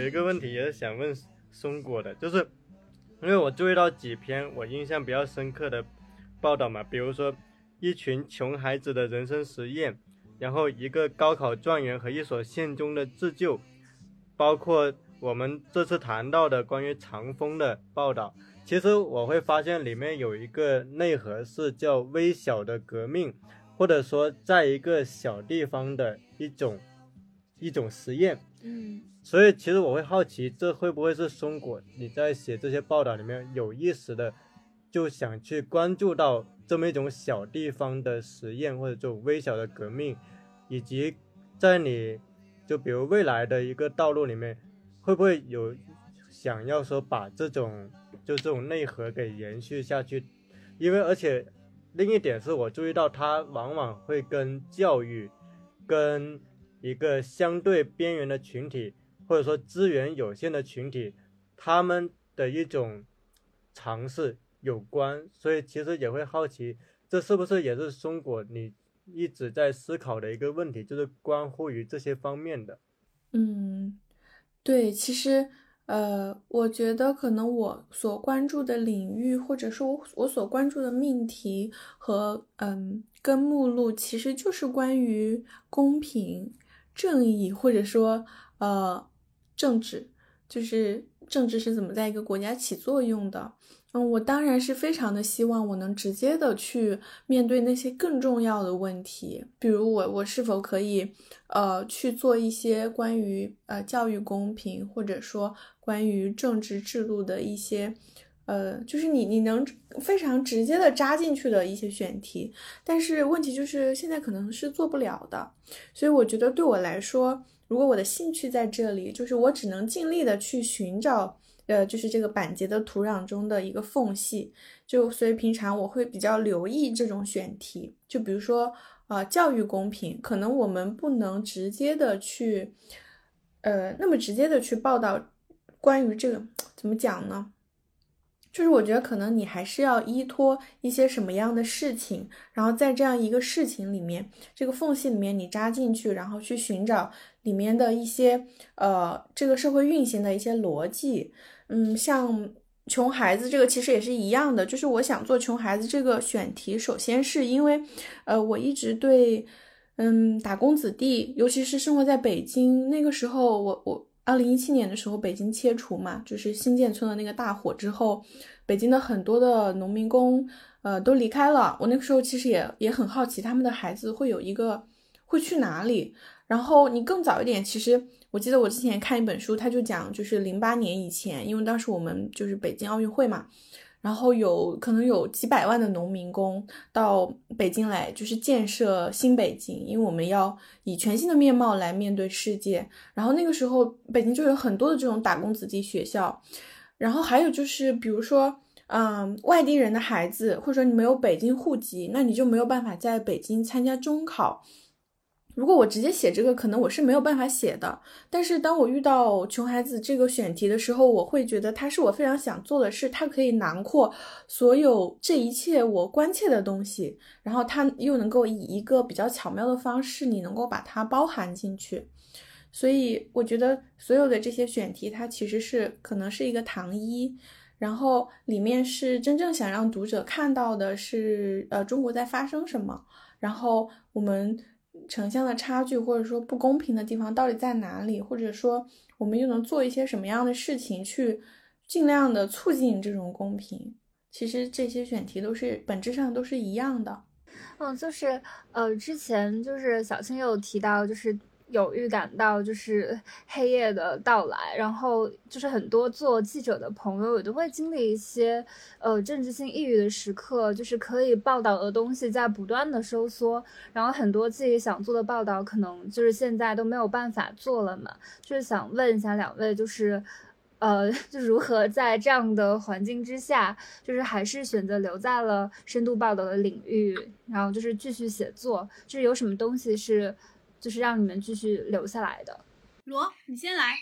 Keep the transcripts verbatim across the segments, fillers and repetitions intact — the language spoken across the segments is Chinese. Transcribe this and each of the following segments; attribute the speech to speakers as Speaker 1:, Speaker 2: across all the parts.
Speaker 1: 一个问题也是想问松果的，就是因为我注意到几篇我印象比较深刻的报道嘛，比如说一群穷孩子的人生实验，然后一个高考状元和一所县中的自救，包括我们这次谈到的关于长风的报道。其实我会发现里面有一个内核是叫微小的革命，或者说在一个小地方的一种一种实验。
Speaker 2: 嗯，
Speaker 1: 所以其实我会好奇，这会不会是松果你在写这些报道里面有意识的就想去关注到这么一种小地方的实验，或者这种微小的革命，以及在你就比如未来的一个道路里面，会不会有想要说把这种就这种内核给延续下去？因为而且另一点是我注意到它往往会跟教育跟一个相对边缘的群体，或者说资源有限的群体，他们的一种尝试有关。所以其实也会好奇，这是不是也是松果你一直在思考的一个问题，就是关乎于这些方面的。
Speaker 2: 嗯，对，其实，呃，我觉得可能我所关注的领域，或者说我我所关注的命题和嗯跟目录，其实就是关于公平、正义，或者说呃政治，就是政治是怎么在一个国家起作用的。嗯，我当然是非常的希望我能直接的去面对那些更重要的问题，比如我我是否可以呃去做一些关于呃教育公平，或者说关于政治制度的一些呃就是你你能非常直接的扎进去的一些选题，但是问题就是现在可能是做不了的。所以我觉得对我来说，如果我的兴趣在这里，就是我只能尽力的去寻找呃，就是这个板结的土壤中的一个缝隙，就所以平常我会比较留意这种选题，就比如说呃，教育公平，可能我们不能直接的去，呃，那么直接的去报道关于这个怎么讲呢？就是我觉得可能你还是要依托一些什么样的事情，然后在这样一个事情里面，这个缝隙里面你扎进去，然后去寻找里面的一些呃这个社会运行的一些逻辑。嗯，像穷孩子这个其实也是一样的，就是我想做穷孩子这个选题，首先是因为呃我一直对嗯打工子弟，尤其是生活在北京那个时候，我我。二零一七年的时候，北京切除嘛，就是新建村的那个大火之后，北京的很多的农民工，呃，都离开了。我那个时候其实也也很好奇，他们的孩子会有一个会去哪里。然后你更早一点，其实我记得我之前看一本书，他就讲，就是零八年以前，因为当时我们就是北京奥运会嘛。然后有可能有几百万的农民工到北京来，就是建设新北京，因为我们要以全新的面貌来面对世界。然后那个时候北京就有很多的这种打工子弟学校，然后还有就是比如说嗯，外地人的孩子，或者说你没有北京户籍，那你就没有办法在北京参加中考。如果我直接写这个，可能我是没有办法写的。但是当我遇到穷孩子这个选题的时候，我会觉得它是我非常想做的事，它可以囊括所有这一切我关切的东西，然后它又能够以一个比较巧妙的方式，你能够把它包含进去。所以我觉得所有的这些选题，它其实是可能是一个糖衣，然后里面是真正想让读者看到的是，呃，中国在发生什么，然后我们城乡的差距或者说不公平的地方到底在哪里，或者说我们又能做一些什么样的事情去尽量的促进这种公平。其实这些选题都是本质上都是一样的。
Speaker 3: 嗯，就是呃，之前就是小青有提到，就是有预感到就是黑夜的到来，然后就是很多做记者的朋友也都会经历一些呃政治性抑郁的时刻，就是可以报道的东西在不断的收缩，然后很多自己想做的报道可能就是现在都没有办法做了嘛。就是想问一下两位，就是呃，就如何在这样的环境之下，就是还是选择留在了深度报道的领域，然后就是继续写作，就是有什么东西是就是让你们继续留下来的？
Speaker 4: 罗，你先来。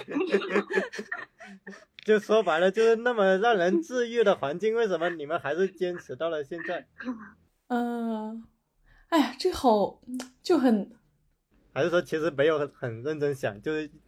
Speaker 1: 就说白了，就是那么让人治愈的环境，为什么你们还是坚持到了现在？
Speaker 2: 嗯、呃，哎呀，这好就很，
Speaker 1: 还是说其实没有很认真想，就是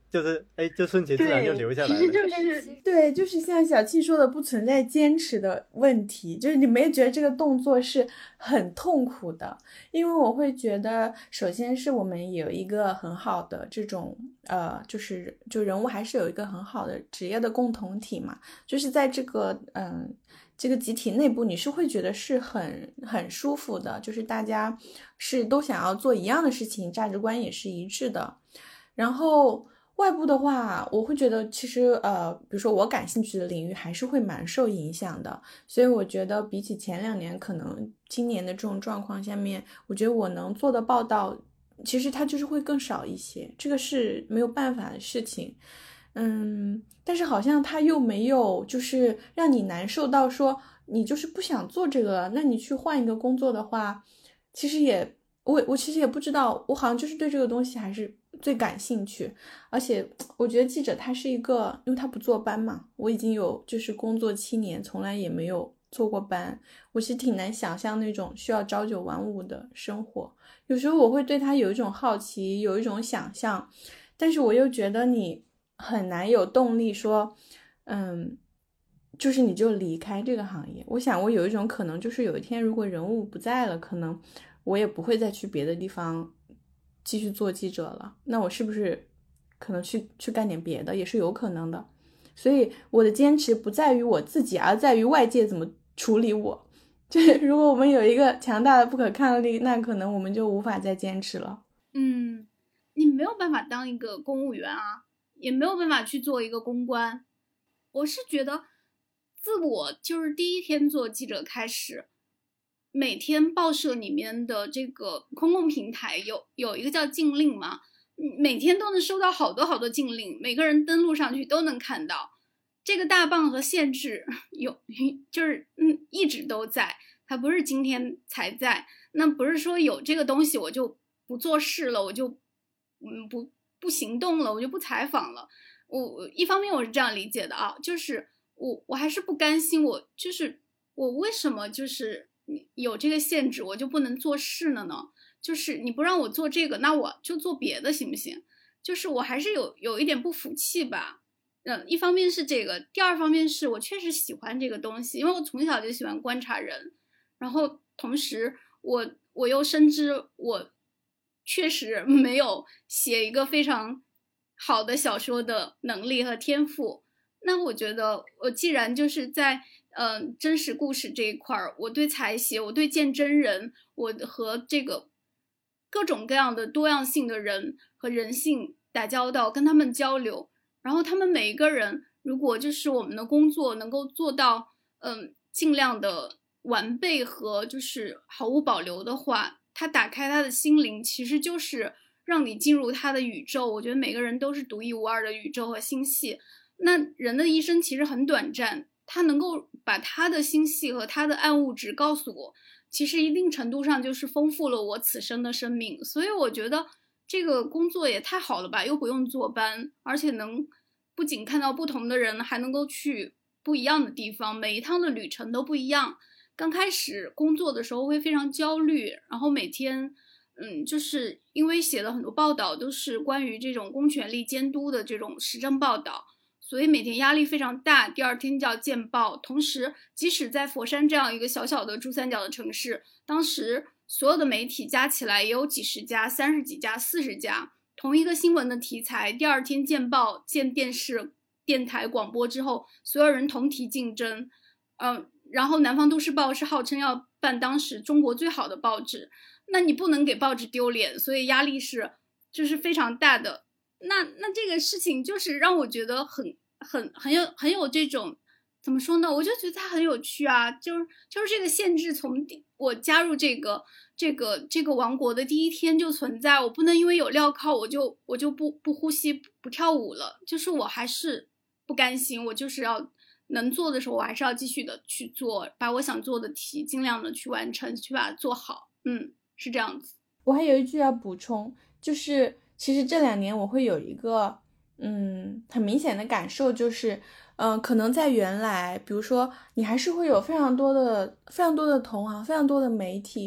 Speaker 1: 就是哎，就顺其自然就留下来了。
Speaker 2: 其实就是对，就是像小庆说的，不存在坚持的问题，就是你没觉得这个动作是很痛苦的，因为我会觉得，首先是我们有一个很好的这种呃，就是就人物还是有一个很好的职业的共同体嘛，就是在这个嗯。呃这个集体内部你是会觉得是很很舒服的，就是大家是都想要做一样的事情，价值观也是一致的。然后外部的话，我会觉得其实呃，比如说我感兴趣的领域还是会蛮受影响的，所以我觉得比起前两年，可能今年的这种状况下面，我觉得我能做的报道其实它就是会更少一些，这个是没有办法的事情。嗯，但是好像他又没有就是让你难受到说你就是不想做这个了，那你去换一个工作的话，其实也我我其实也不知道，我好像就是对这个东西还是最感兴趣。而且我觉得记者他是一个，因为他不坐班嘛，我已经有就是工作七年，从来也没有做过班，我其实挺难想象那种需要朝九晚五的生活。有时候我会对他有一种好奇，有一种想象，但是我又觉得你很难有动力说嗯就是你就离开这个行业。我想我有一种可能，就是有一天如果人物不在了，可能我也不会再去别的地方继续做记者了，那我是不是可能去去干点别的也是有可能的。所以我的坚持不在于我自己，而在于外界怎么处理我。就是如果我们有一个强大的不可抗力，那可能我们就无法再坚持了。
Speaker 4: 嗯，你没有办法当一个公务员啊，也没有办法去做一个公关。我是觉得自我就是第一天做记者开始，每天报社里面的这个公共平台有有一个叫禁令嘛，每天都能收到好多好多禁令，每个人登录上去都能看到这个大棒和限制有就是嗯一直都在，它不是今天才在。那不是说有这个东西我就不做事了，我就嗯不不行动了，我就不采访了。我一方面我是这样理解的啊，就是我我还是不甘心，我就是我为什么就是有这个限制我就不能做事了呢？就是你不让我做这个，那我就做别的行不行？就是我还是有有一点不服气吧。嗯，一方面是这个，第二方面是我确实喜欢这个东西，因为我从小就喜欢观察人，然后同时我我又深知我确实没有写一个非常好的小说的能力和天赋。那我觉得我既然就是在嗯、呃、真实故事这一块儿，我对采写，我对见真人，我和这个各种各样的多样性的人和人性打交道，跟他们交流，然后他们每一个人如果就是我们的工作能够做到嗯尽量的完备和就是毫无保留的话，他打开他的心灵，其实就是让你进入他的宇宙。我觉得每个人都是独一无二的宇宙和星系，那人的一生其实很短暂，他能够把他的星系和他的暗物质告诉我，其实一定程度上就是丰富了我此生的生命。所以我觉得这个工作也太好了吧，又不用坐班，而且能不仅看到不同的人，还能够去不一样的地方，每一趟的旅程都不一样。刚开始工作的时候会非常焦虑，然后每天嗯，就是因为写了很多报道都是关于这种公权力监督的这种时政报道，所以每天压力非常大，第二天就要见报。同时即使在佛山这样一个小小的珠三角的城市，当时所有的媒体加起来也有几十家，三十几家，四十家，同一个新闻的题材，第二天见报见电视电台广播之后，所有人同题竞争。嗯，然后南方都市报是号称要办当时中国最好的报纸，那你不能给报纸丢脸，所以压力是就是非常大的。那那这个事情就是让我觉得很很很有很有这种怎么说呢？我就觉得它很有趣啊，就是就是这个限制从我加入这个这个这个王国的第一天就存在，我不能因为有镣铐我就我就不不呼吸不跳舞了，就是我还是不甘心，我就是要能做的时候我还是要继续的去做，把我想做的题尽量的去完成，去把它做好。嗯，是这样子。
Speaker 2: 我还有一句要补充，就是其实这两年我会有一个嗯很明显的感受，就是嗯、呃、可能在原来比如说你还是会有非常多的非常多的同行，非常多的媒体，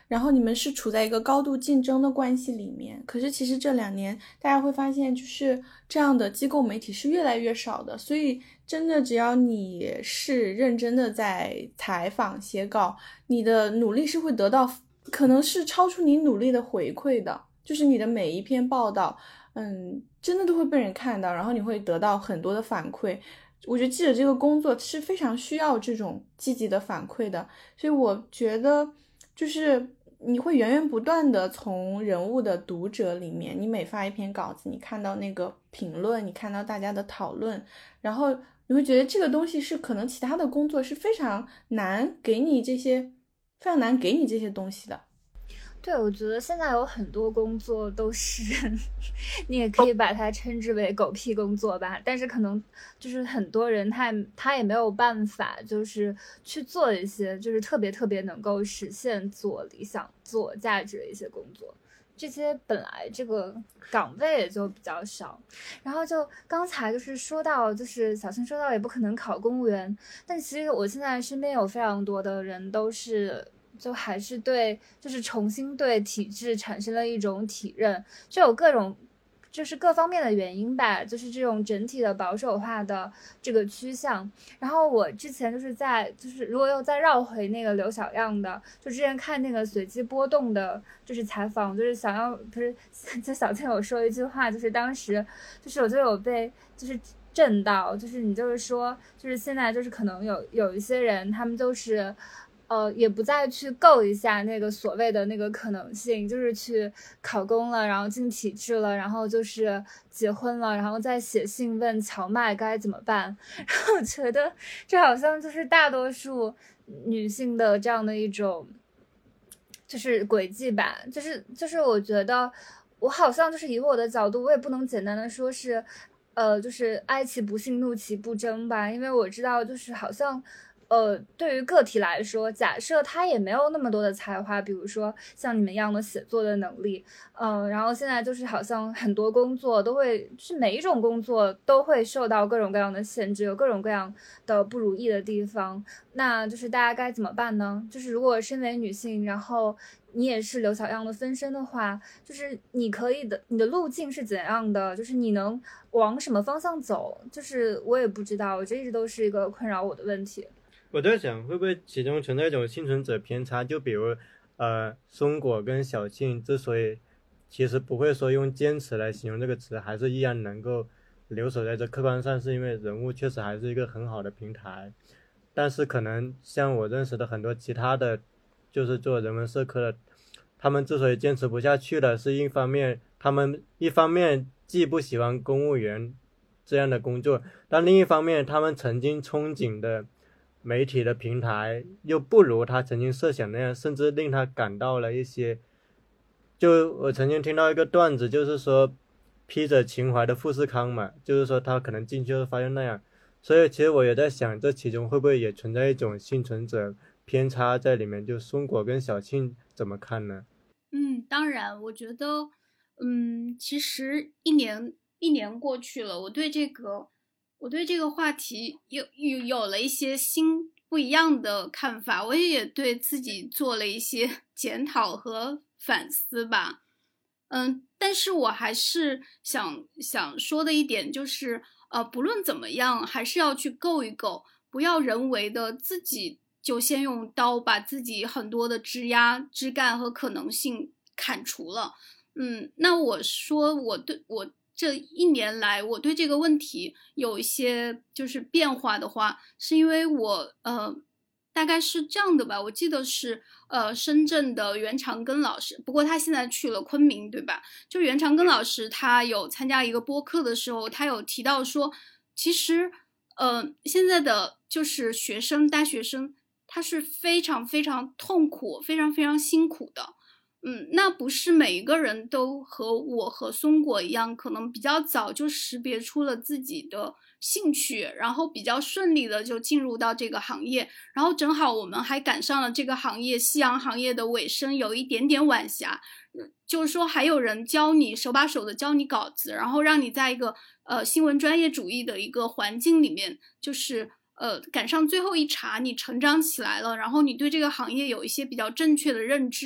Speaker 2: 然后你们是处在一个高度竞争的关系里面。可是其实这两年大家会发现，就是这样的机构媒体是越来越少的，所以真的只要你是认真的在采访写稿，你的努力是会得到可能是超出你努力的回馈的，就是你的每一篇报道嗯，真的都会被人看到，然后你会得到很多的反馈。我觉得记者这个工作是非常需要这种积极的反馈的，所以我觉得就是你会源源不断的从人物的读者里面，你每发一篇稿子，你看到那个评论，你看到大家的讨论，然后你会觉得这个东西是可能其他的工作是非常难给你这些非常难给你这些东西的。
Speaker 3: 对，我觉得现在有很多工作都是你也可以把它称之为狗屁工作吧，但是可能就是很多人他他也没有办法就是去做一些就是特别特别能够实现自我理想自我价值的一些工作，这些本来这个岗位也就比较少。然后就刚才就是说到就是小新说到也不可能考公务员，但其实我现在身边有非常多的人都是就还是对就是重新对体制产生了一种体认，就有各种就是各方面的原因吧，就是这种整体的保守化的这个趋向。然后我之前就是在就是如果又再绕回那个刘小样的，就之前看那个随机波动的就是采访，就是想要不是就小倩有说一句话，就是当时就是我就有被就是震到，就是你就是说就是现在就是可能有有一些人他们就是呃，也不再去够一下那个所谓的那个可能性，就是去考公了，然后进体制了，然后就是结婚了，然后再写信问荞麦该怎么办。然后我觉得这好像就是大多数女性的这样的一种就是轨迹吧，就是就是我觉得我好像就是以我的角度，我也不能简单的说是呃，就是哀其不幸，怒其不争吧，因为我知道就是好像呃，对于个体来说，假设他也没有那么多的才华，比如说像你们一样的写作的能力，嗯、呃，然后现在就是好像很多工作都会，是每一种工作都会受到各种各样的限制，有各种各样的不如意的地方，那就是大家该怎么办呢？就是如果身为女性，然后你也是刘小样的分身的话，就是你可以的，你的路径是怎样的？就是你能往什么方向走？就是我也不知道，这一直都是一个困扰我的问题。
Speaker 1: 我在想，会不会其中存在一种幸存者偏差？就比如，呃，松果跟小庆之所以其实不会说用坚持来形容这个词，还是依然能够留守在这客观上，是因为人物确实还是一个很好的平台。但是可能像我认识的很多其他的，就是做人文社科的，他们之所以坚持不下去了，是一方面，他们一方面既不喜欢公务员这样的工作，但另一方面，他们曾经憧憬的媒体的平台又不如他曾经设想那样，甚至令他感到了一些，就我曾经听到一个段子，就是说披着情怀的富士康嘛，就是说他可能进去后发现那样，所以其实我也在想，这其中会不会也存在一种幸存者偏差在里面？就松果跟小庆怎么看呢？
Speaker 4: 嗯，当然，我觉得，嗯，其实一年一年过去了，我对这个。我对这个话题有有有了一些新不一样的看法，我也对自己做了一些检讨和反思吧。嗯，但是我还是想想说的一点就是，呃，不论怎么样，还是要去够一够，不要人为的自己就先用刀把自己很多的枝丫、枝干和可能性砍除了。嗯，那我说我对我。这一年来我对这个问题有一些就是变化的话，是因为我呃大概是这样的吧，我记得是呃深圳的袁长庚老师，不过他现在去了昆明，对吧？就袁长庚老师他有参加一个播客的时候，他有提到说，其实呃现在的就是学生大学生他是非常非常痛苦非常非常辛苦的。嗯，那不是每一个人都和我和松果一样，可能比较早就识别出了自己的兴趣，然后比较顺利的就进入到这个行业，然后正好我们还赶上了这个行业夕阳行业的尾声，有一点点晚霞，就是说还有人教你手把手的教你稿子，然后让你在一个呃新闻专业主义的一个环境里面，就是呃赶上最后一茬，你成长起来了，然后你对这个行业有一些比较正确的认知。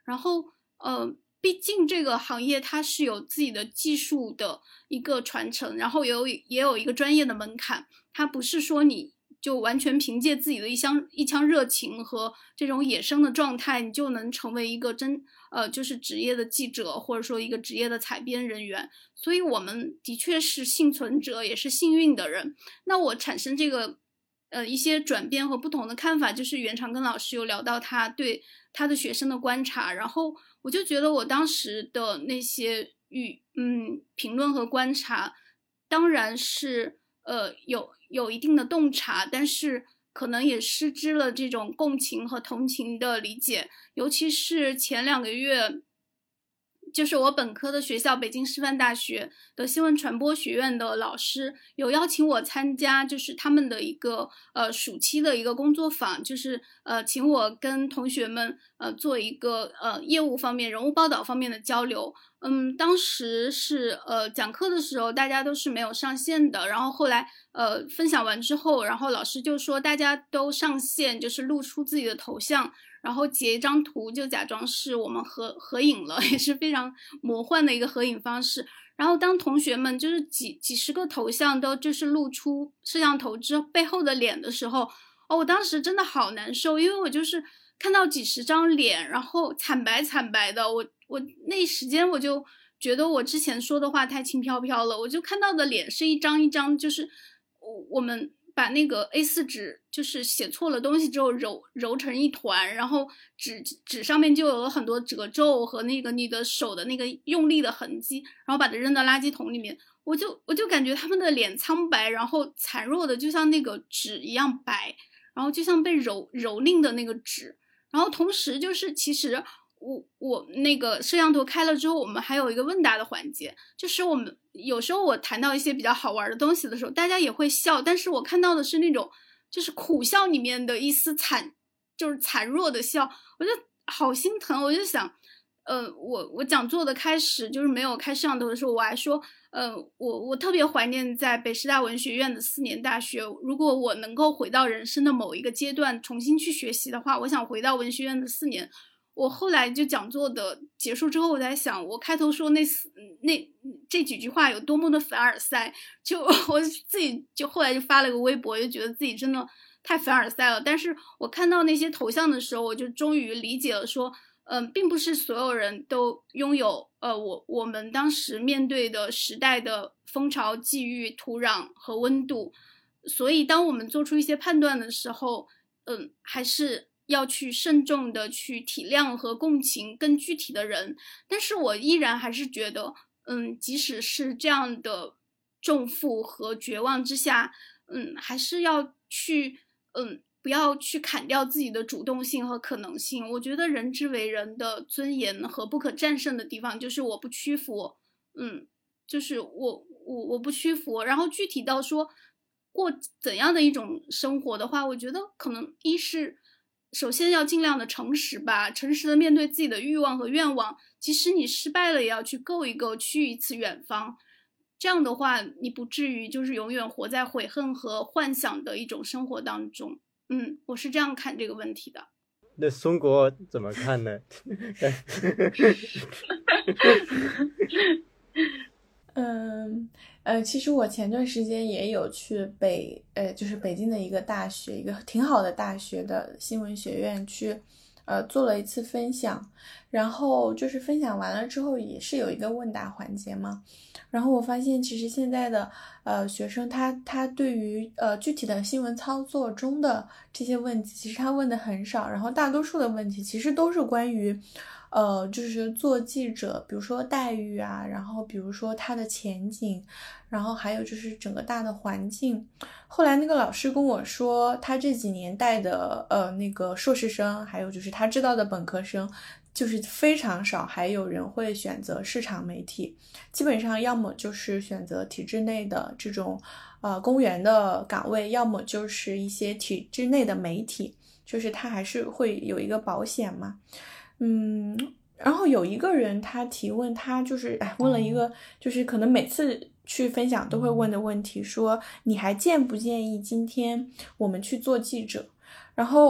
Speaker 4: 然后呃，毕竟这个行业它是有自己的技术的一个传承，然后也有也有一个专业的门槛，它不是说你就完全凭借自己的一腔一腔热情和这种野生的状态，你就能成为一个真呃就是职业的记者，或者说一个职业的采编人员。所以我们的确是幸存者，也是幸运的人。那我产生这个呃一些转变和不同的看法，就是袁长庚老师有聊到他对他的学生的观察，然后我就觉得我当时的那些与嗯评论和观察，当然是呃有有一定的洞察，但是可能也失之了这种共情和同情的理解。尤其是前两个月，就是我本科的学校北京师范大学的新闻传播学院的老师有邀请我参加，就是他们的一个呃暑期的一个工作坊，就是呃请我跟同学们呃做一个呃业务方面、人物报道方面的交流。嗯，当时是呃讲课的时候大家都是没有上线的，然后后来呃分享完之后，然后老师就说大家都上线，就是露出自己的头像，然后截一张图，就假装是我们合合影了，也是非常魔幻的一个合影方式。然后当同学们就是几几十个头像都就是露出摄像头之背后的脸的时候，哦，我当时真的好难受，因为我就是看到几十张脸，然后惨白惨白的，我我那一时间我就觉得我之前说的话太轻飘飘了，我就看到的脸是一张一张，就是我们把那个 A 四 纸就是写错了东西之后揉揉成一团，然后纸纸上面就有了很多褶皱和那个你的手的那个用力的痕迹，然后把它扔到垃圾桶里面。我就我就感觉他们的脸苍白，然后孱弱的就像那个纸一样白，然后就像被蹂蹂躏的那个纸。然后同时就是其实我我那个摄像头开了之后，我们还有一个问答的环节，就是我们有时候我谈到一些比较好玩的东西的时候，大家也会笑，但是我看到的是那种就是苦笑里面的一丝惨，就是孱弱的笑，我就好心疼。我就想呃，我我讲座的开始就是没有开摄像头的时候，我还说呃，我我特别怀念在北师大文学院的四年大学，如果我能够回到人生的某一个阶段重新去学习的话，我想回到文学院的四年。我后来就讲座的结束之后，我在想，我开头说那那这几句话有多么的凡尔赛，就我自己就后来就发了个微博，就觉得自己真的太凡尔赛了。但是我看到那些头像的时候，我就终于理解了说，嗯、呃，并不是所有人都拥有呃我我们当时面对的时代的风潮、际遇、土壤和温度。所以当我们做出一些判断的时候，嗯、呃，还是要去慎重的去体谅和共情更具体的人。但是我依然还是觉得嗯，即使是这样的重负和绝望之下，嗯，还是要去嗯，不要去砍掉自己的主动性和可能性。我觉得人之为人的尊严和不可战胜的地方就是我不屈服，嗯，就是我我我不屈服。然后具体到说过怎样的一种生活的话，我觉得可能一是首先要尽量的诚实吧，诚实的面对自己的欲望和愿望，即使你失败了也要去够一够，去一次远方。这样的话你不至于就是永远活在悔恨和幻想的一种生活当中。嗯，我是这样看这个问题的。
Speaker 1: 那松果怎么看呢？
Speaker 2: 嗯呃，其实我前段时间也有去北呃，就是北京的一个大学，一个挺好的大学的新闻学院去，呃，做了一次分享。然后就是分享完了之后，也是有一个问答环节嘛。然后我发现，其实现在的呃学生他他对于呃具体的新闻操作中的这些问题，其实他问的很少。然后大多数的问题其实都是关于。呃，就是做记者，比如说待遇啊，然后比如说他的前景，然后还有就是整个大的环境。后来那个老师跟我说，他这几年带的呃那个硕士生，还有就是他知道的本科生，就是非常少，还有人会选择市场媒体，基本上要么就是选择体制内的这种呃公务员的岗位，要么就是一些体制内的媒体，就是他还是会有一个保险嘛。嗯，然后有一个人他提问，他就是哎问了一个就是可能每次去分享都会问的问题，说你还建不建议今天我们去做记者？然后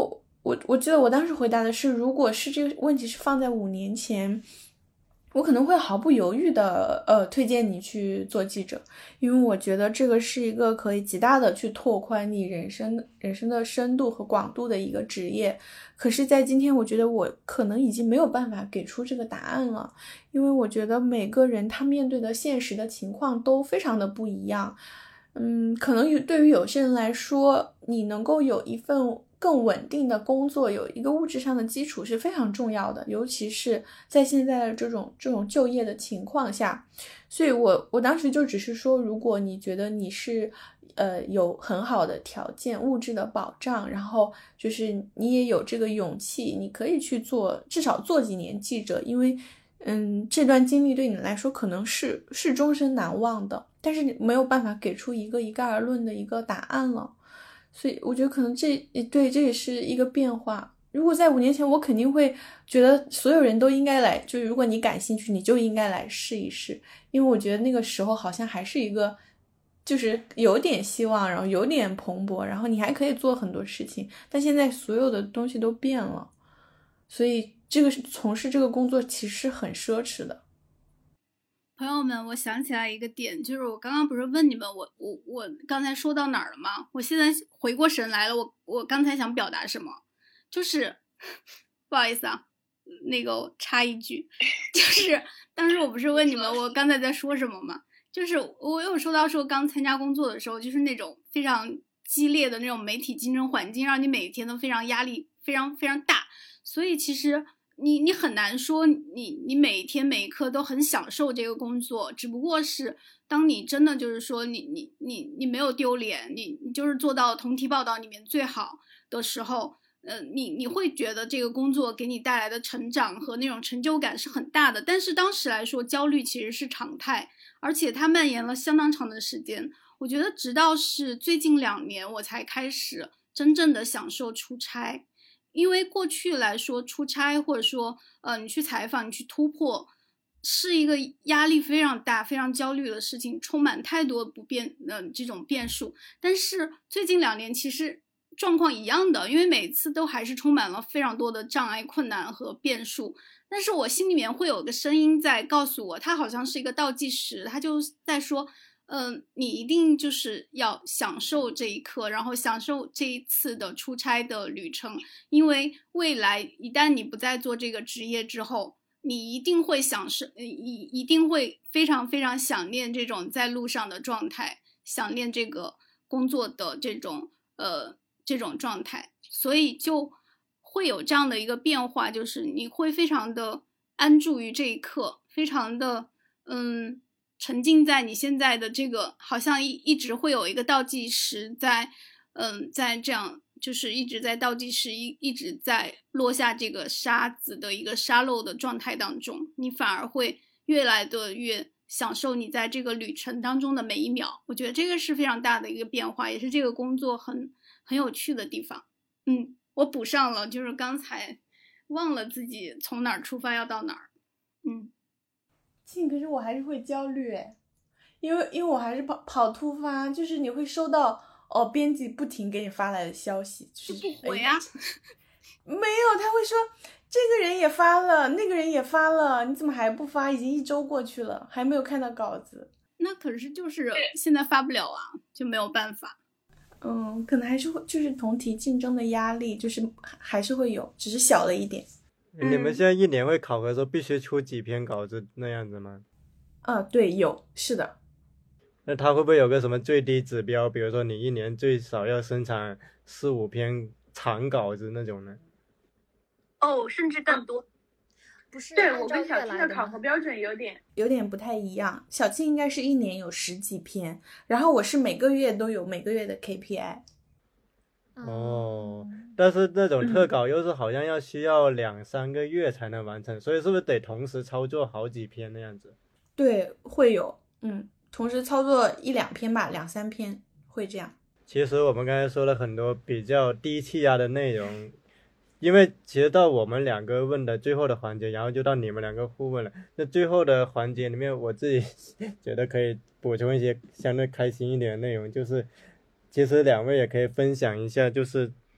Speaker 2: 我我记得我当时回答的是，如果是这个问题是放在五年前，我可能会毫不犹豫的呃推荐你去做记者，因为我觉得这个是一个可以极大的去拓宽你人生人生的深度和广度的一个职业。可是在今天我觉得我可能已经没有办法给出这个答案了，因为我觉得每个人他面对的现实的情况都非常的不一样。嗯，可能有对于有些人来说，你能够有一份更稳定的工作，有一个物质上的基础是非常重要的，尤其是在现在的这种这种就业的情况下。所以我我当时就只是说，如果你觉得你是呃有很好的条件，物质的保障，然后就是你也有这个勇气，你可以去做，至少做几年记者，因为嗯这段经历对你来说可能是是终身难忘的，但是你没有办法给出一个一概而论的一个答案了。所以我觉得可能这对这也是一个变化。如果在五年前，我肯定会觉得所有人都应该来，就是如果你感兴趣，你就应该来试一试，因为我觉得那个时候好像还是一个就是有点希望，然后有点蓬勃，然后你还可以做很多事情。但现在所有的东西都变了，所以这个从事这个工作其实是很奢侈的。
Speaker 4: 朋友们，我想起来一个点，就是我刚刚不是问你们我我我刚才说到哪儿了吗？我现在回过神来了，我我刚才想表达什么，就是不好意思啊，那个插一句，就是当时我不是问你们我刚才在说什么吗？就是我有说到说刚参加工作的时候，就是那种非常激烈的那种媒体竞争环境，让你每天都非常压力非常非常大，所以其实你你很难说你你每一天每一刻都很享受这个工作，只不过是当你真的就是说你你你你没有丢脸，你你就是做到同题报道里面最好的时候，呃，你你会觉得这个工作给你带来的成长和那种成就感是很大的。但是当时来说，焦虑其实是常态，而且它蔓延了相当长的时间。我觉得直到是最近两年，我才开始真正的享受出差。因为过去来说，出差或者说呃你去采访你去突破是一个压力非常大非常焦虑的事情，充满太多不变的、呃、这种变数。但是最近两年其实状况一样的，因为每次都还是充满了非常多的障碍困难和变数，但是我心里面会有个声音在告诉我，它好像是一个倒计时，它就在说嗯、呃，你一定就是要享受这一刻，然后享受这一次的出差的旅程，因为未来一旦你不再做这个职业之后，你一定会享受，一一定会非常非常想念这种在路上的状态，想念这个工作的这种呃这种状态，所以就会有这样的一个变化，就是你会非常的安住于这一刻，非常的嗯。沉浸在你现在的这个，好像一一直会有一个倒计时在，嗯，在这样就是一直在倒计时，一一直在落下这个沙子的一个沙漏的状态当中，你反而会越来的越享受你在这个旅程当中的每一秒。我觉得这个是非常大的一个变化，也是这个工作很很有趣的地方。嗯，我补上了，就是刚才忘了自己从哪儿出发要到哪儿。嗯。
Speaker 2: 亲，可是我还是会焦虑诶，因为因为我还是跑跑突发，就是你会收到哦编辑不停给你发来的消息，就是
Speaker 4: 不回啊，
Speaker 2: 没有，他会说这个人也发了，那个人也发了，你怎么还不发？已经一周过去了，还没有看到稿子。
Speaker 4: 那可是就是现在发不了啊，就没有办法。
Speaker 2: 嗯，可能还是会就是同题竞争的压力，就是还是会有，只是小了一点。
Speaker 1: 你们现在一年会考核说必须出几篇稿子那样子吗？
Speaker 2: 啊，对，有，是的。
Speaker 1: 那他会不会有个什么最低指标，比如说你一年最少要生产四五篇长稿子那种呢？
Speaker 5: 哦，甚至更多。
Speaker 3: 不是，
Speaker 5: 对，我跟小庆的考核标准有点
Speaker 2: 有点不太一样。小庆应该是一年有十几篇，然后我是每个月都有每个月的 K P I。
Speaker 1: 哦，但是那种特稿又是好像要需要两三个月才能完成，所以是不是得同时操作好几篇那样子？
Speaker 2: 对，会有，嗯，同时操作一两篇吧，两三篇会这样。
Speaker 1: 其实我们刚才说了很多比较低气压的内容，因为其实到我们两个问的最后的环节，然后就到你们两个互问了。那最后的环节里面，我自己觉得可以补充一些相对开心一点的内容，就是其实两位也可以分享一下，就是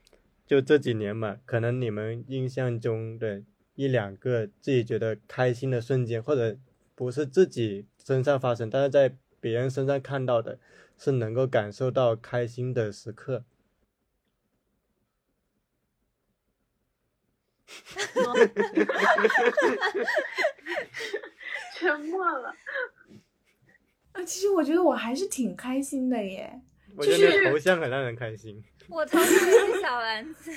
Speaker 1: 就这几年嘛，可能你们印象中的一两个自己觉得开心的瞬间，或者不是自己身上发生，但是在别人身上看到的，是能够感受到开心的时刻。
Speaker 5: 沉默了。
Speaker 2: 啊，其实我觉得我还是挺开心的耶。
Speaker 1: 我觉得你的头像很让人开心。
Speaker 3: 我头像也是小丸子。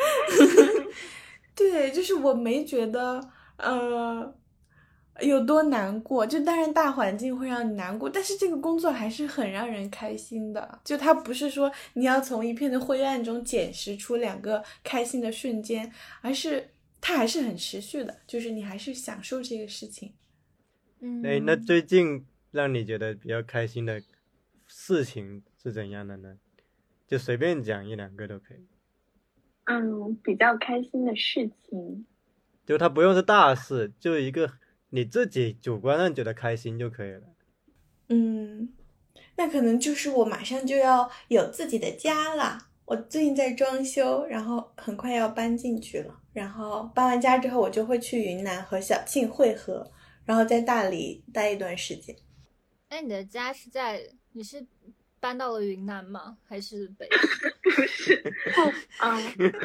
Speaker 2: 对，就是我没觉得呃有多难过，就当然大环境会让你难过，但是这个工作还是很让人开心的。就它不是说你要从一片的灰暗中捡拾出两个开心的瞬间，而是它还是很持续的，就是你还是享受这个事情。
Speaker 3: 嗯，
Speaker 1: 哎，那最近让你觉得比较开心的事情是怎样的呢？就随便讲一两个都可以。
Speaker 5: 嗯，比较开心的事情，
Speaker 1: 就它不用是大事，就一个你自己主观上觉得开心就可以了。
Speaker 2: 嗯，那可能就是我马上就要有自己的家了。我最近在装修，然后很快要搬进去了。然后搬完家之后，我就会去云南和小庆会合，然后在大理待一段时间。
Speaker 3: 那你的家是在你是搬到了云南吗？还是北？
Speaker 5: 不是，嗯，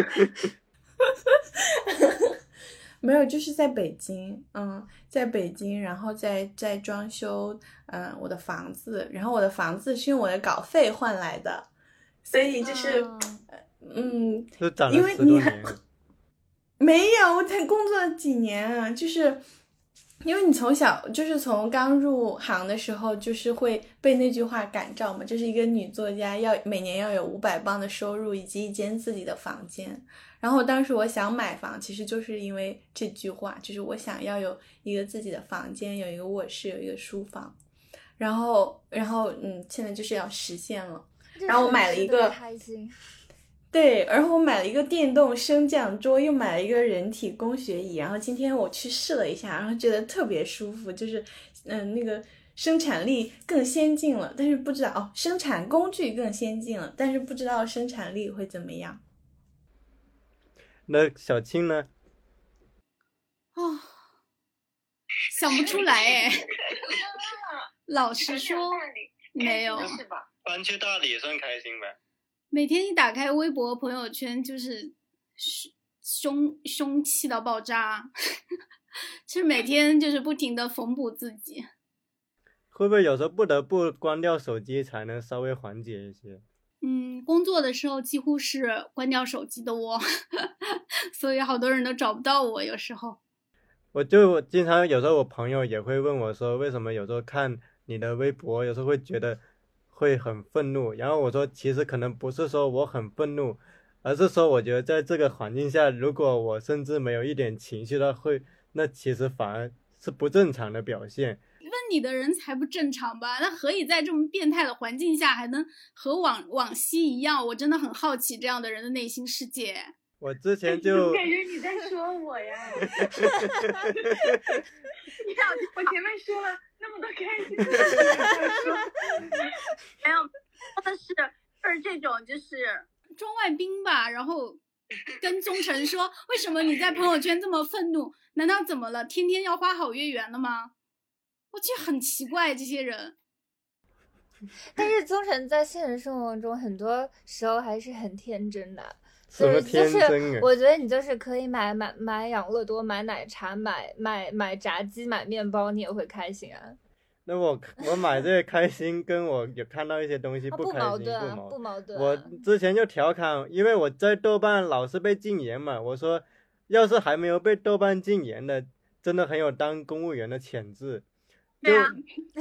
Speaker 2: 没有，就是在北京，嗯，在北京，然后在在装修，嗯，我的房子，然后我的房子是用我的稿费换来的，所以就是，
Speaker 3: 哦、
Speaker 2: 嗯，
Speaker 1: 都涨了
Speaker 2: 因为
Speaker 1: 十多
Speaker 2: 你
Speaker 1: 年了。
Speaker 2: 没有，我才工作了几年啊，就是因为你从小就是从刚入行的时候，就是会被那句话感召嘛，就是一个女作家要每年要有五百磅的收入以及一间自己的房间。然后当时我想买房，其实就是因为这句话，就是我想要有一个自己的房间，有一个卧室，有一个书房。然后，然后，嗯，现在就是要实现了。然后我买了一个，
Speaker 3: 开心。
Speaker 2: 对，然后我买了一个电动升降桌，又买了一个人体工学椅。然后今天我去试了一下，然后觉得特别舒服，就是，嗯，那个生产力更先进了，但是不知道哦，生产工具更先进了，但是不知道生产力会怎么样。
Speaker 1: 那小青呢？
Speaker 4: 哦，想不出来哎。老实说，没有。
Speaker 1: 搬去大理算开心呗。
Speaker 4: 每天一打开微博朋友圈，就是凶凶气到爆炸，就是每天就是不停的缝补自己。
Speaker 1: 会不会有时候不得不关掉手机才能稍微缓解一些？
Speaker 4: 嗯，工作的时候几乎是关掉手机的我，所以好多人都找不到我。有时候，
Speaker 1: 我就经常有时候我朋友也会问我说，为什么有时候看你的微博，有时候会觉得会很愤怒。然后我说，其实可能不是说我很愤怒，而是说我觉得在这个环境下，如果我甚至没有一点情绪的会，那其实反而是不正常的表现。
Speaker 4: 问你的人才不正常吧？那何以在这么变态的环境下还能和往往昔一样？我真的很好奇这样的人的内心世界。
Speaker 1: 我之前就
Speaker 5: 感觉你在说我呀。你看，我前面说了那么多开心的事情，说没有，说的是就是这种就是
Speaker 4: 庄外兵吧，然后跟宗成说，为什么你在朋友圈这么愤怒？难道怎么了？天天要花好月圆了吗？我觉得很奇怪，这些人。
Speaker 3: 但是宗成在现实生活中很多时候还是很天真的，
Speaker 1: 什么
Speaker 3: 天真、啊、
Speaker 1: 就是
Speaker 3: 我觉得你就是可以买买买养乐多、买奶茶、买买买炸鸡、买面包，你也会开心啊。
Speaker 1: 那我我买这个开心，跟我有看到一些东西不开心，
Speaker 3: 啊、不矛盾、
Speaker 1: 啊，
Speaker 3: 不矛盾、啊。
Speaker 1: 我之前就调侃，因为我在豆瓣老是被禁言嘛，我说要是还没有被豆瓣禁言的，真的很有当公务员的潜质。
Speaker 5: 对啊。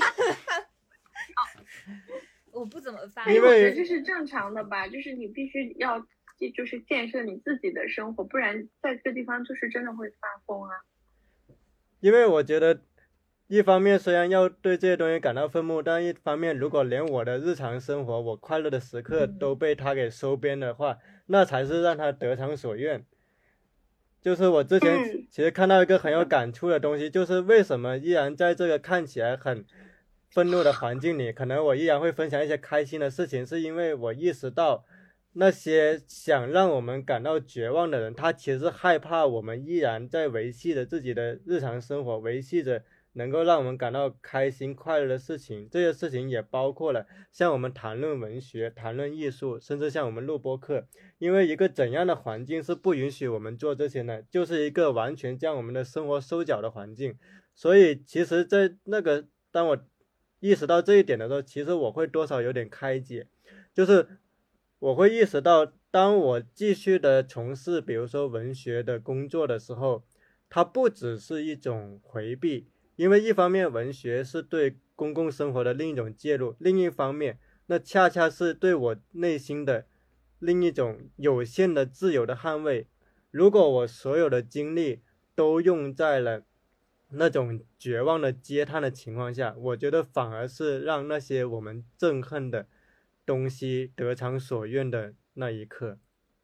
Speaker 3: 我不怎么发，
Speaker 5: 因为我觉得这是正常的吧，就是你必须要就是建设你自己的生活，不然在这个地方就是真的会发疯啊。
Speaker 1: 因为我觉得一方面虽然要对这些东西感到愤怒，但一方面如果连我的日常生活我快乐的时刻都被他给收编的话，那才是让他得偿所愿。就是我之前其实看到一个很有感触的东西，就是为什么依然在这个看起来很愤怒的环境里，可能我依然会分享一些开心的事情，是因为我意识到那些想让我们感到绝望的人，他其实害怕我们依然在维系着自己的日常生活，维系着能够让我们感到开心快乐的事情。这些事情也包括了像我们谈论文学、谈论艺术，甚至像我们录播客。因为一个怎样的环境是不允许我们做这些呢？就是一个完全将我们的生活收缴的环境。所以其实在那个当我意识到这一点的时候，其实我会多少有点开解，就是我会意识到，当我继续的从事比如说文学的工作的时候，它不只是一种回避，因为一方面文学是对公共生活的另一种介入，另一方面那恰恰是对我内心的另一种有限的自由的捍卫。如果我所有的精力都用在了那种绝望的嗟叹的情况下，我觉得反而是让那些我们憎恨的东西得偿所愿的那一刻。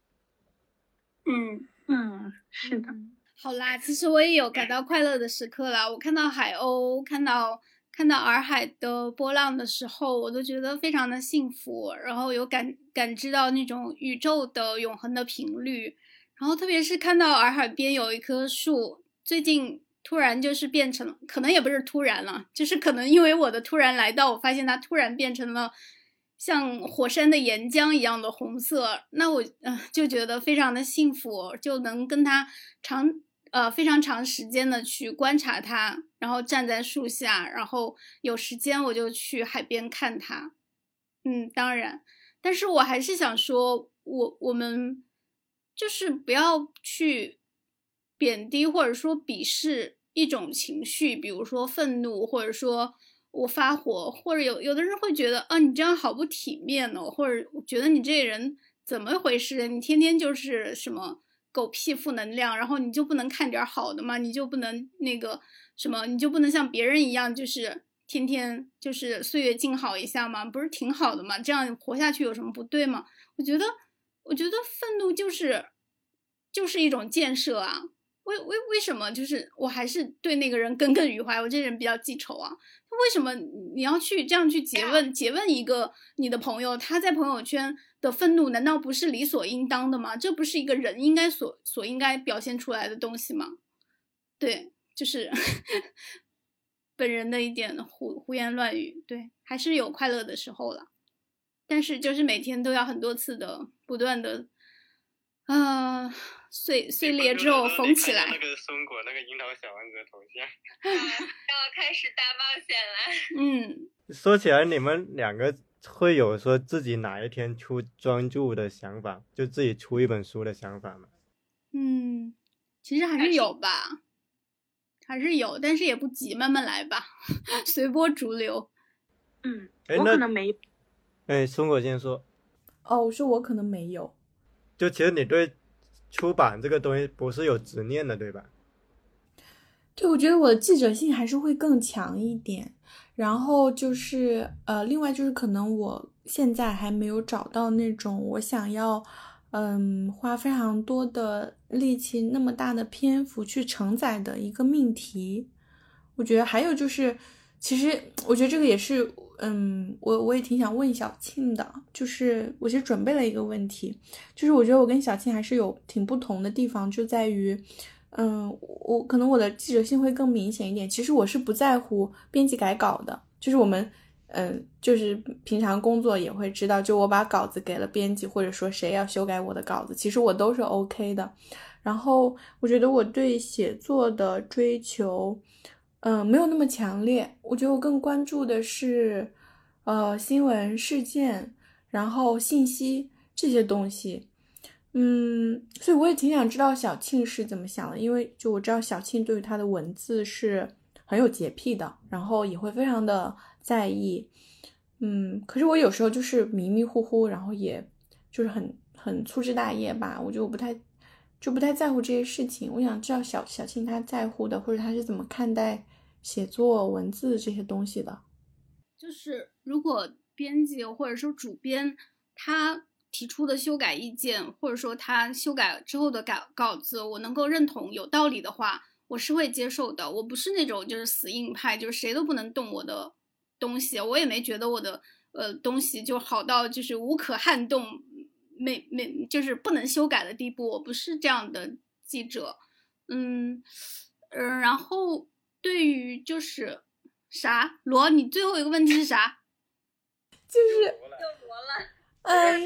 Speaker 5: 嗯嗯，是的。
Speaker 4: 好啦，其实我也有感到快乐的时刻啦。我看到海鸥，看到看到洱海的波浪的时候，我都觉得非常的幸福，然后有感感知到那种宇宙的永恒的频率。然后特别是看到洱海边有一棵树，最近突然就是变成，可能也不是突然了，就是可能因为我的突然来到，我发现它突然变成了像火山的岩浆一样的红色，那我、呃、就觉得非常的幸福，就能跟它长呃非常长时间的去观察它，然后站在树下，然后有时间我就去海边看它。嗯，当然，但是我还是想说，我我们就是不要去贬低或者说鄙视一种情绪，比如说愤怒，或者说我发火，或者有有的人会觉得啊，你这样好不体面哦，或者觉得你这个人怎么回事？你天天就是什么狗屁负能量，然后你就不能看点好的吗？你就不能那个什么？你就不能像别人一样，就是天天就是岁月静好一下吗？不是挺好的吗？这样活下去有什么不对吗？我觉得，我觉得愤怒就是就是一种建设啊。为为为什么就是我还是对那个人耿耿于怀？我这人比较记仇啊。为什么你要去这样去诘问诘问一个你的朋友，他在朋友圈的愤怒难道不是理所应当的吗？这不是一个人应该所所应该表现出来的东西吗？对，就是本人的一点胡胡言乱语。对，还是有快乐的时候了，但是就是每天都要很多次的不断的啊、呃、碎碎裂之后缝起来。
Speaker 1: 那个松果那个樱桃小丸子的头像，
Speaker 5: 要开始大冒险了。
Speaker 4: 嗯，
Speaker 1: 说起来，你们两个会有说自己哪一天出专著的想法，就自己出一本书的想法吗？
Speaker 4: 嗯，其实还是有吧，还是有，但是也不急，慢慢来吧，随波逐流。
Speaker 5: 嗯，
Speaker 1: 哎，
Speaker 5: 我可能没。
Speaker 1: 哎，松果先说。
Speaker 2: 哦，我说我可能没有。
Speaker 1: 就其实你对出版这个东西不是有执念的，对吧？
Speaker 2: 对，我觉得我的记者性还是会更强一点。然后就是呃，另外就是可能我现在还没有找到那种我想要嗯花非常多的力气那么大的篇幅去承载的一个命题。我觉得还有就是其实我觉得这个也是嗯我我也挺想问小庆的，就是我其实准备了一个问题，就是我觉得我跟小庆还是有挺不同的地方，就在于嗯，我可能我的记者性会更明显一点。其实我是不在乎编辑改稿的，就是我们，嗯，就是平常工作也会知道，就我把稿子给了编辑，或者说谁要修改我的稿子，其实我都是 OK 的。然后我觉得我对写作的追求，嗯，没有那么强烈。我觉得我更关注的是，呃，新闻事件，然后信息这些东西。嗯，所以我也挺想知道小庆是怎么想的，因为就我知道小庆对于他的文字是很有洁癖的，然后也会非常的在意。嗯，可是我有时候就是迷迷糊糊，然后也就是很很粗枝大叶吧，我觉得我不太就不太在乎这些事情。我想知道小小庆他在乎的，或者他是怎么看待写作文字这些东西的。
Speaker 4: 就是如果编辑或者说主编他提出的修改意见，或者说他修改之后的稿稿子我能够认同有道理的话，我是会接受的。我不是那种就是死硬派，就是谁都不能动我的东西，我也没觉得我的呃东西就好到就是无可撼动， 没没就是不能修改的地步，我不是这样的记者。嗯嗯、呃，然后对于就是啥罗，你最后一个问题是啥？
Speaker 2: 就是
Speaker 3: 又罗了。
Speaker 2: 嗯，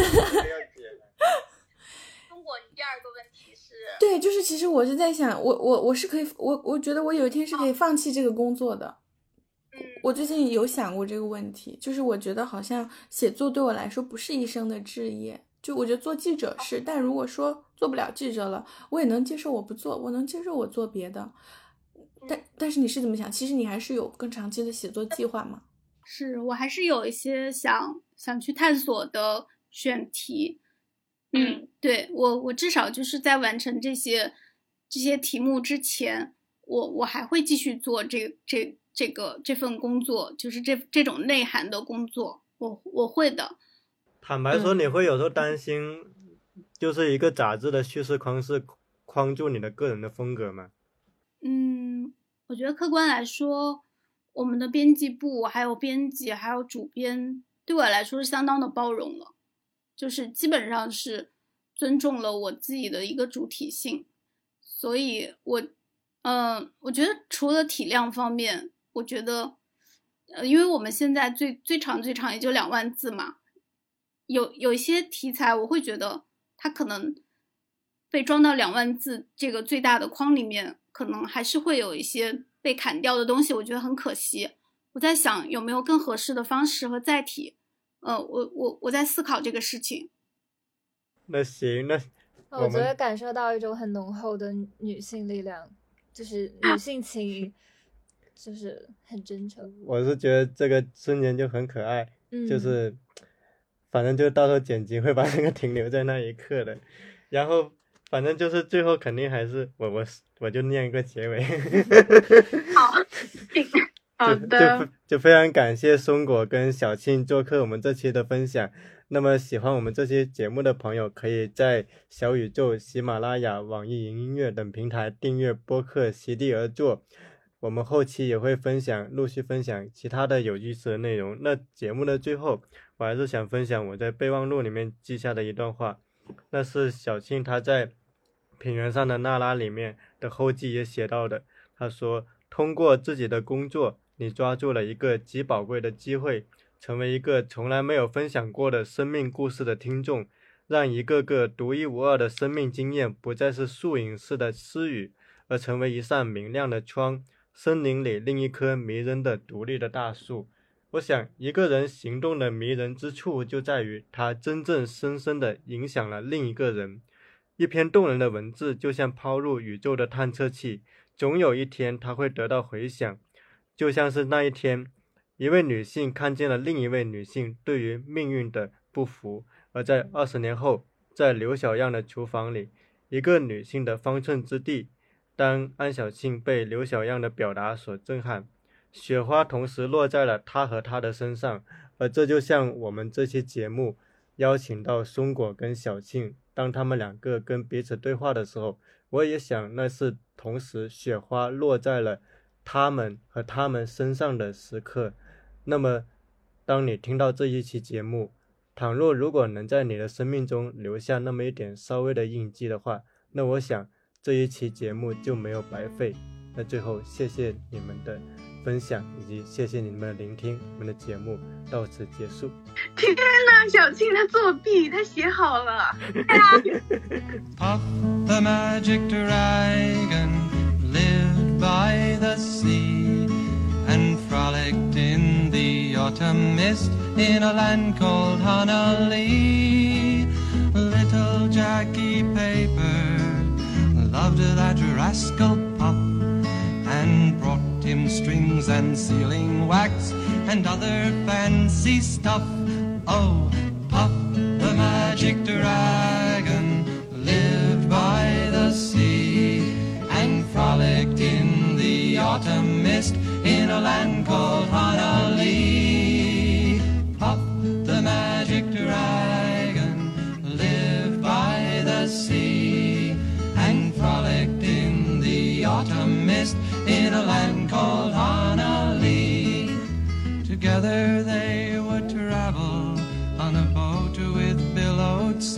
Speaker 3: 中国，你第二个问题是？
Speaker 2: 对，就是其实我是在想，我我我是可以，我我觉得我有一天是可以放弃这个工作的。
Speaker 3: 嗯，
Speaker 2: 我最近有想过这个问题，就是我觉得好像写作对我来说不是一生的志业，就我觉得做记者是，但如果说做不了记者了，我也能接受我不做，我能接受我做别的。但但是你是怎么想？其实你还是有更长期的写作计划吗？
Speaker 4: 是我还是有一些想想去探索的选题。嗯，对，我我至少就是在完成这些这些题目之前，我我还会继续做这这这个这份工作，就是这这种内涵的工作，我我会的。
Speaker 1: 坦白说，你会有时候担心，就是一个杂志的叙事框式框住你的个人的风格吗？
Speaker 4: 嗯，我觉得客观来说，我们的编辑部还有编辑还有主编对我来说是相当的包容了。就是基本上是尊重了我自己的一个主体性，所以我，嗯、呃，我觉得除了体量方面，我觉得，呃，因为我们现在最最长最长也就两万字嘛，有有一些题材我会觉得它可能被装到两万字这个最大的框里面，可能还是会有一些被砍掉的东西，我觉得很可惜。我在想有没有更合适的方式和载体。呃，我我我在思考这个事情。
Speaker 1: 那行，那
Speaker 3: 我觉得感受到一种很浓厚的女性力量，就是女性情，就是很真诚。
Speaker 1: 我是觉得这个瞬间就很可爱，
Speaker 3: 嗯、
Speaker 1: 就是反正就到时候剪辑会把那个停留在那一刻的，然后反正就是最后肯定还是我我我就念一个结尾。
Speaker 5: 好。好的，
Speaker 1: 就就就非常感谢松果跟小庆做客我们这期的分享。那么喜欢我们这期节目的朋友，可以在小宇宙、喜马拉雅、网易云音乐等平台订阅播客席地而坐。我们后期也会分享，陆续分享其他的有意思的内容。那节目的最后，我还是想分享我在备忘录里面记下的一段话，那是小庆他在平原上的娜拉里面的后记也写到的。他说，通过自己的工作，你抓住了一个极宝贵的机会，成为一个从来没有分享过的生命故事的听众，让一个个独一无二的生命经验不再是树影式的私语，而成为一扇明亮的窗，森林里另一棵迷人的独立的大树。我想一个人行动的迷人之处就在于他真正深深地影响了另一个人。一篇动人的文字就像抛入宇宙的探测器，总有一天它会得到回响。就像是那一天，一位女性看见了另一位女性对于命运的不服，而在二十年后，在刘小样的厨房里，一个女性的方寸之地，当安小庆被刘小样的表达所震撼，雪花同时落在了她和她的身上。而这就像我们这期节目邀请到松果跟小庆，当他们两个跟彼此对话的时候，我也想那是同时雪花落在了他们和他们身上的时刻。那么当你听到这一期节目，倘若如果能在你的生命中留下那么一点稍微的印记的话，那我想这一期节目就没有白费。那最后谢谢你们的分享，以及谢谢你们的聆听，我们的节目到此结束。
Speaker 5: 天哪，小庆他作弊，他写好了。
Speaker 6: Puff the magic dragon lived by the sea and frolicked in the autumn mist in a land called Honolulu. Little Jackie Paper loved that rascal Puff and brought him strings and sealing wax and other fancy stuff. Oh, Puff the magic dragon lived by the sea and frolicked in the autumn mist in a land called Honolulu. Puff the magic dragon lived by the sea and frolicked in the autumn mist in a land called Honolulu. Together they would travel on a boat with billowed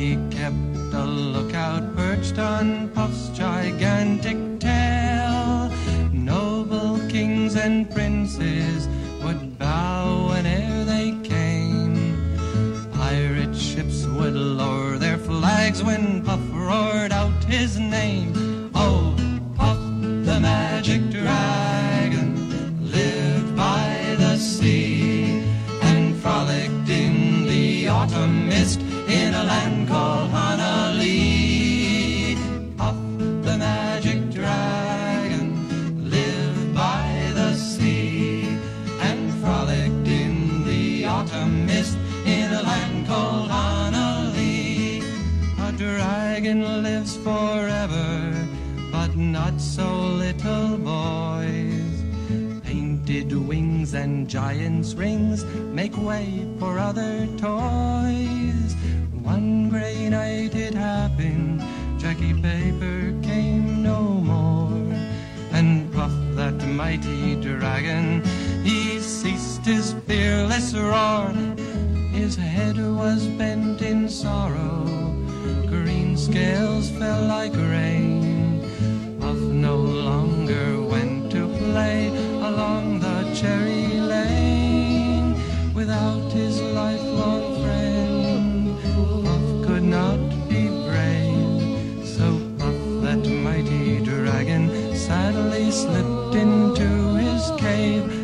Speaker 6: he kept a lookout perched on Puff's gigantic tail. Noble kings and princes would bow whene'er they came. Pirate ships would lower their flags when Puff roared out his name. Oh, Puff the magic dragon lived by the sea and frolicked in the autumn mist in a land called Hanalei. Puff the magic dragon lived by the sea and frolicked in the autumn mist in a land called Hanalei. A dragon lives forever, but not so little boys. Painted wings and giant's rings make way for other toys. One gray night it happened, Jackie Paper came no more, and Puff, that mighty dragon, he ceased his fearless roar. His head was bent in sorrow, green scales fell like rain. Puff no longer went to play along the cherry lane without his lifelong friend. Puff could not be brave, so Puff, that mighty dragon, sadly slipped into his cave.